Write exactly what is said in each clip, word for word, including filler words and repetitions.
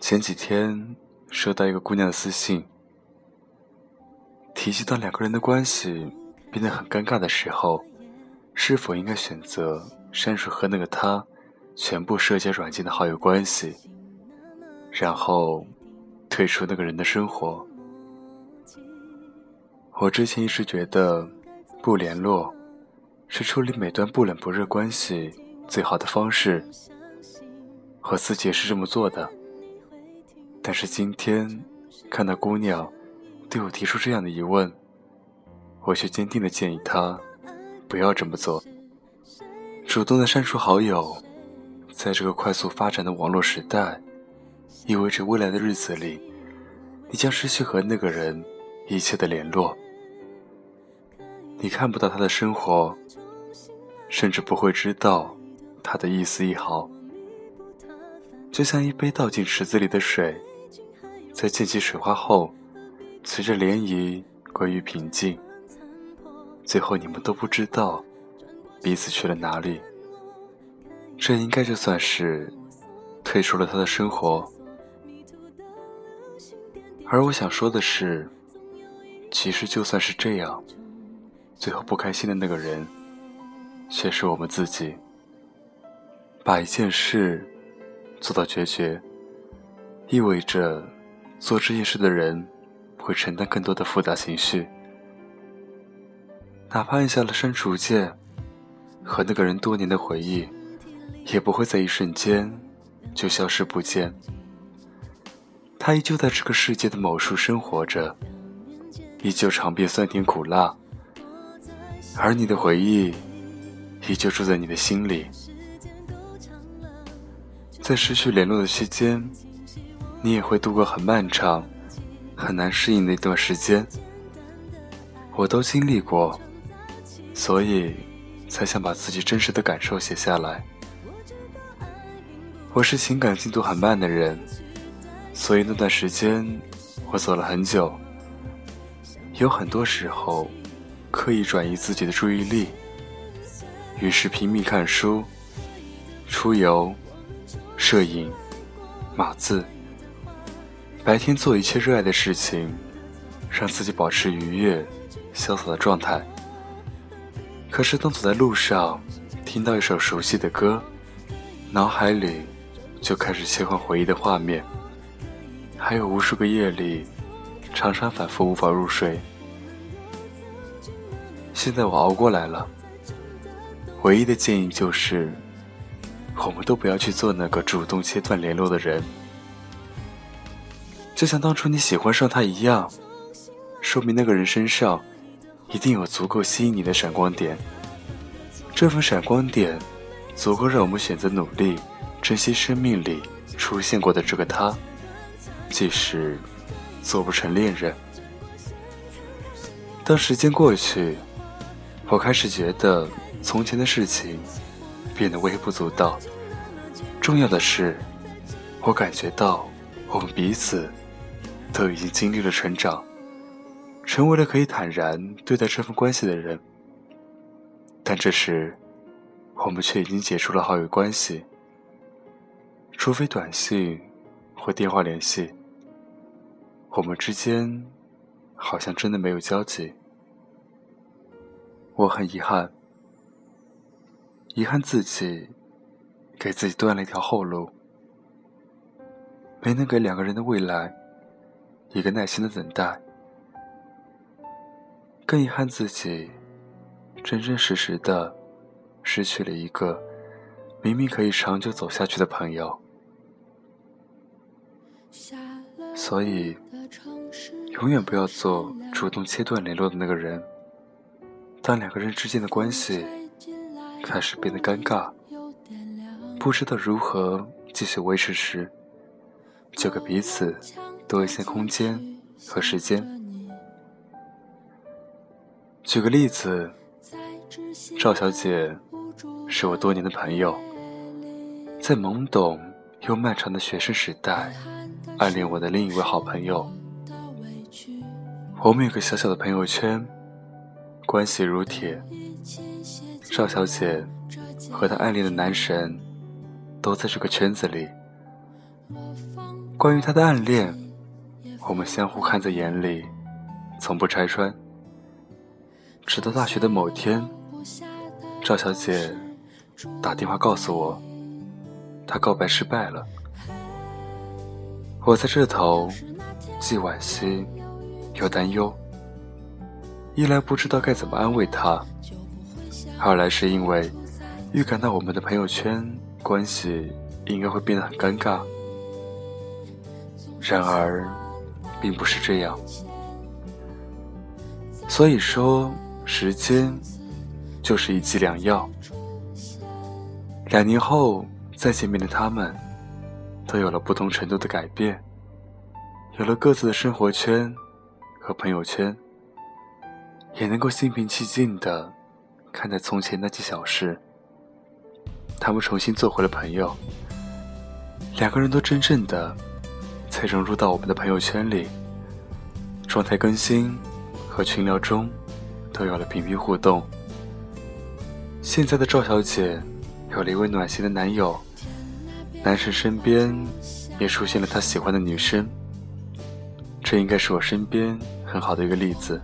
前几天收到一个姑娘的私信，提及到两个人的关系变得很尴尬的时候，是否应该选择删除和那个他全部社交软件的好友关系，然后退出那个人的生活。我之前一直觉得不联络是处理每段不冷不热关系最好的方式，我自己也是这么做的。但是今天看到姑娘对我提出这样的疑问，我却坚定地建议她不要这么做。主动的删除好友，在这个快速发展的网络时代，意味着未来的日子里，你将失去和那个人一切的联络。你看不到他的生活，甚至不会知道他的一丝一毫。就像一杯倒进池子里的水，在溅起水花后，随着涟漪归于平静，最后你们都不知道彼此去了哪里。这应该就算是退出了他的生活。而我想说的是，其实就算是这样，最后不开心的那个人却是我们自己。把一件事做到决绝，意味着做这件事的人会承担更多的复杂情绪。哪怕按下了删除键，和那个人多年的回忆也不会在一瞬间就消失不见。他依旧在这个世界的某处生活着，依旧尝遍酸甜苦辣，而你的回忆依旧住在你的心里。在失去联络的期间，你也会度过很漫长很难适应的一段时间，我都经历过，所以才想把自己真实的感受写下来。我是情感进度很慢的人，所以那段时间我走了很久，有很多时候刻意转移自己的注意力，于是拼命看书、出游、摄影、码字，白天做一切热爱的事情，让自己保持愉悦、潇洒的状态。可是当走在路上，听到一首熟悉的歌，脑海里就开始切换回忆的画面，还有无数个夜里，常常反复无法入睡。现在我熬过来了，唯一的建议就是，我们都不要去做那个主动切断联络的人。就像当初你喜欢上他一样，说明那个人身上一定有足够吸引你的闪光点。这份闪光点足够让我们选择努力珍惜生命里出现过的这个他，即使做不成恋人。当时间过去，我开始觉得从前的事情变得微不足道。重要的是，我感觉到我们彼此都已经经历了成长，成为了可以坦然对待这份关系的人。但这时我们却已经解除了好友关系，除非短信或电话联系，我们之间好像真的没有交集。我很遗憾，遗憾自己给自己断了一条后路，没能给两个人的未来一个耐心的等待。更遗憾自己真真实实的失去了一个明明可以长久走下去的朋友。所以永远不要做主动切断联络的那个人。当两个人之间的关系开始变得尴尬，不知道如何继续维持时，就给彼此多一些空间和时间。举个例子，赵小姐是我多年的朋友，在懵懂又漫长的学生时代，暗恋我的另一位好朋友。我们有个小小的朋友圈，关系如铁。赵小姐和她暗恋的男神都在这个圈子里。 关于他的暗恋，我们相互看在眼里，从不拆穿。直到大学的某天，赵小姐打电话告诉我，她告白失败了。我在这头既惋惜又担忧，一来不知道该怎么安慰她，二来是因为预感到我们的朋友圈关系应该会变得很尴尬。然而并不是这样，所以说时间就是一剂良药。两年后再见面的他们都有了不同程度的改变，有了各自的生活圈和朋友圈，也能够心平气静地看待从前那些小事。他们重新做回了朋友，两个人都真正的才融入到我们的朋友圈里，状态更新和群聊中都有了频频互动。现在的赵小姐有了一位暖心的男友，男神身边也出现了他喜欢的女生，这应该是我身边很好的一个例子。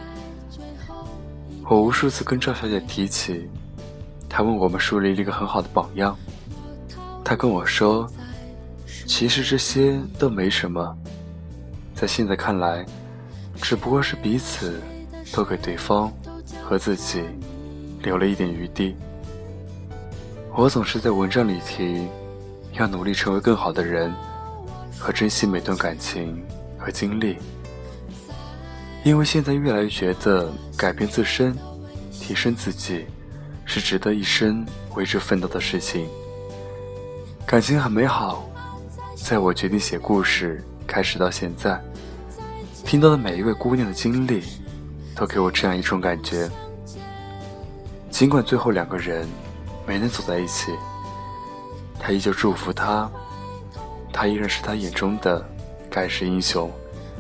我无数次跟赵小姐提起，她问我们树立了一个很好的榜样。她跟我说，其实这些都没什么，在现在看来，只不过是彼此都给对方和自己留了一点余地。我总是在文章里提，要努力成为更好的人，和珍惜每段感情和经历。因为现在越来越觉得改变自身，提升自己，是值得一生为之奋斗的事情。感情很美好，在我决定写故事开始到现在，听到的每一位姑娘的经历都给我这样一种感觉。尽管最后两个人没能走在一起，他依旧祝福她，他依然是他眼中的盖世英雄。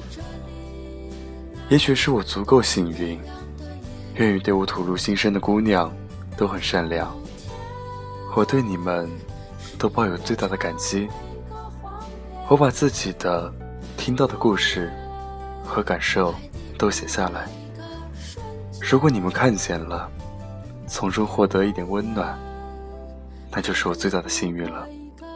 也许是我足够幸运，愿意对我吐露心声的姑娘都很善良，我对你们都抱有最大的感激。我把自己的听到的故事和感受都写下来，如果你们看见了，从中获得一点温暖，那就是我最大的幸运了。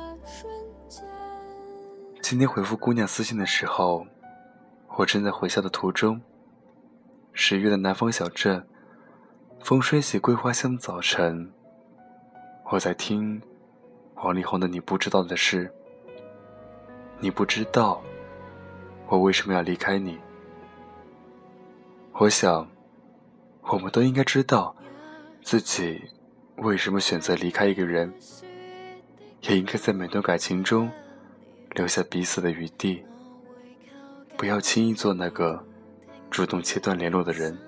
今天回复姑娘私信的时候，我正在回校的途中。十月的南方小镇，风吹起桂花香的早晨，我在听王力宏的《你不知道的事》。你不知道我为什么要离开你。我想我们都应该知道自己为什么选择离开一个人，也应该在每段感情中留下彼此的余地，不要轻易做那个主动切断联络的人。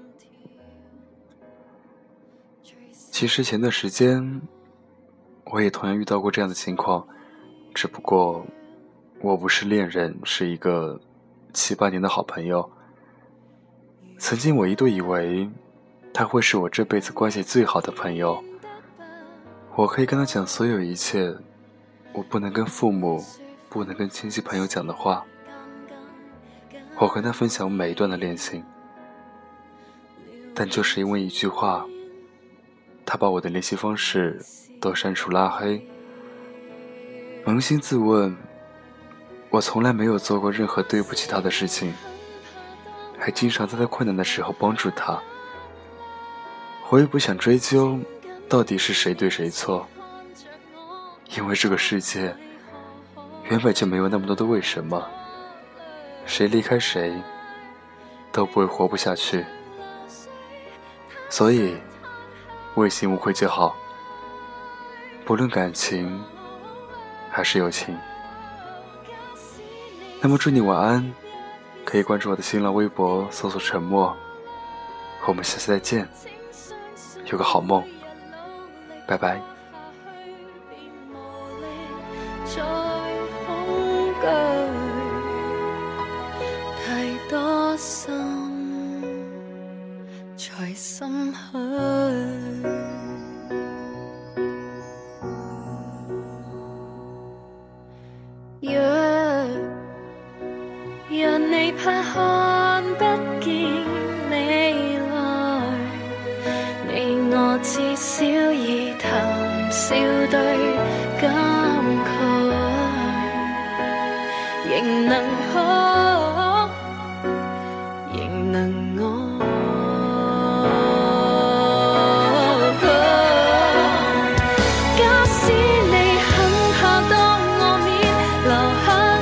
其实前段时间我也同样遇到过这样的情况，只不过我不是恋人，是一个七八年的好朋友。曾经我一度以为他会是我这辈子关系最好的朋友，我可以跟他讲所有一切我不能跟父母不能跟亲戚朋友讲的话，我跟他分享每一段的恋情。但就是因为一句话，他把我的联系方式都删除拉黑。扪心自问，我从来没有做过任何对不起他的事情，还经常在他困难的时候帮助他。我也不想追究到底是谁对谁错，因为这个世界原本就没有那么多的为什么，谁离开谁都不会活不下去。所以问心无愧就好，不论感情还是友情。那么祝你晚安，可以关注我的新浪微博搜索沉默，我们下期再见，有个好梦，拜拜。 太多心才心虛，若讓你怕看不見未來，你我至少已談笑對感慨，仍能可，仍能愛。假使你肯下當我面留下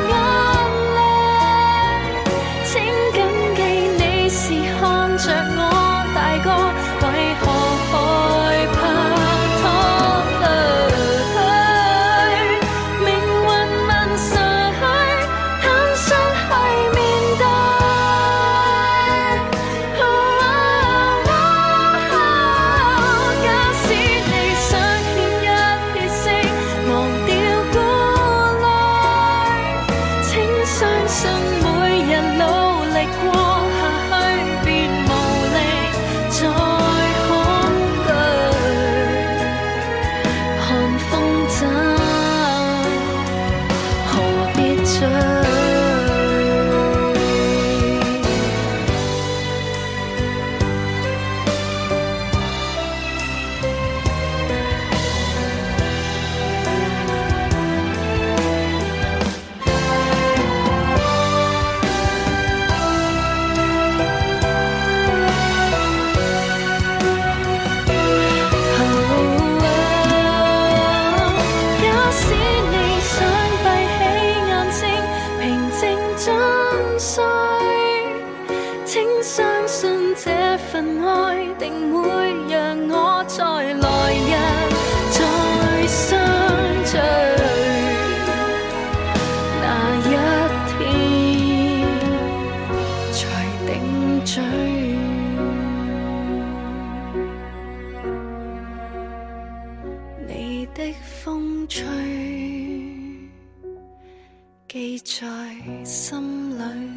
眼淚，請謹記你是看着我大個，為何害怕拖累？命運問誰坦率去面對？假使你想牽一撇色，忘掉顧慮，請相信每日努力過下去，便無力再恐懼。看風箏，何必追？假使你想閉起眼睛，平靜進睡，請相信這份愛定會讓我在來日再相聚。那一天才定罪。你的風吹，記在心裏。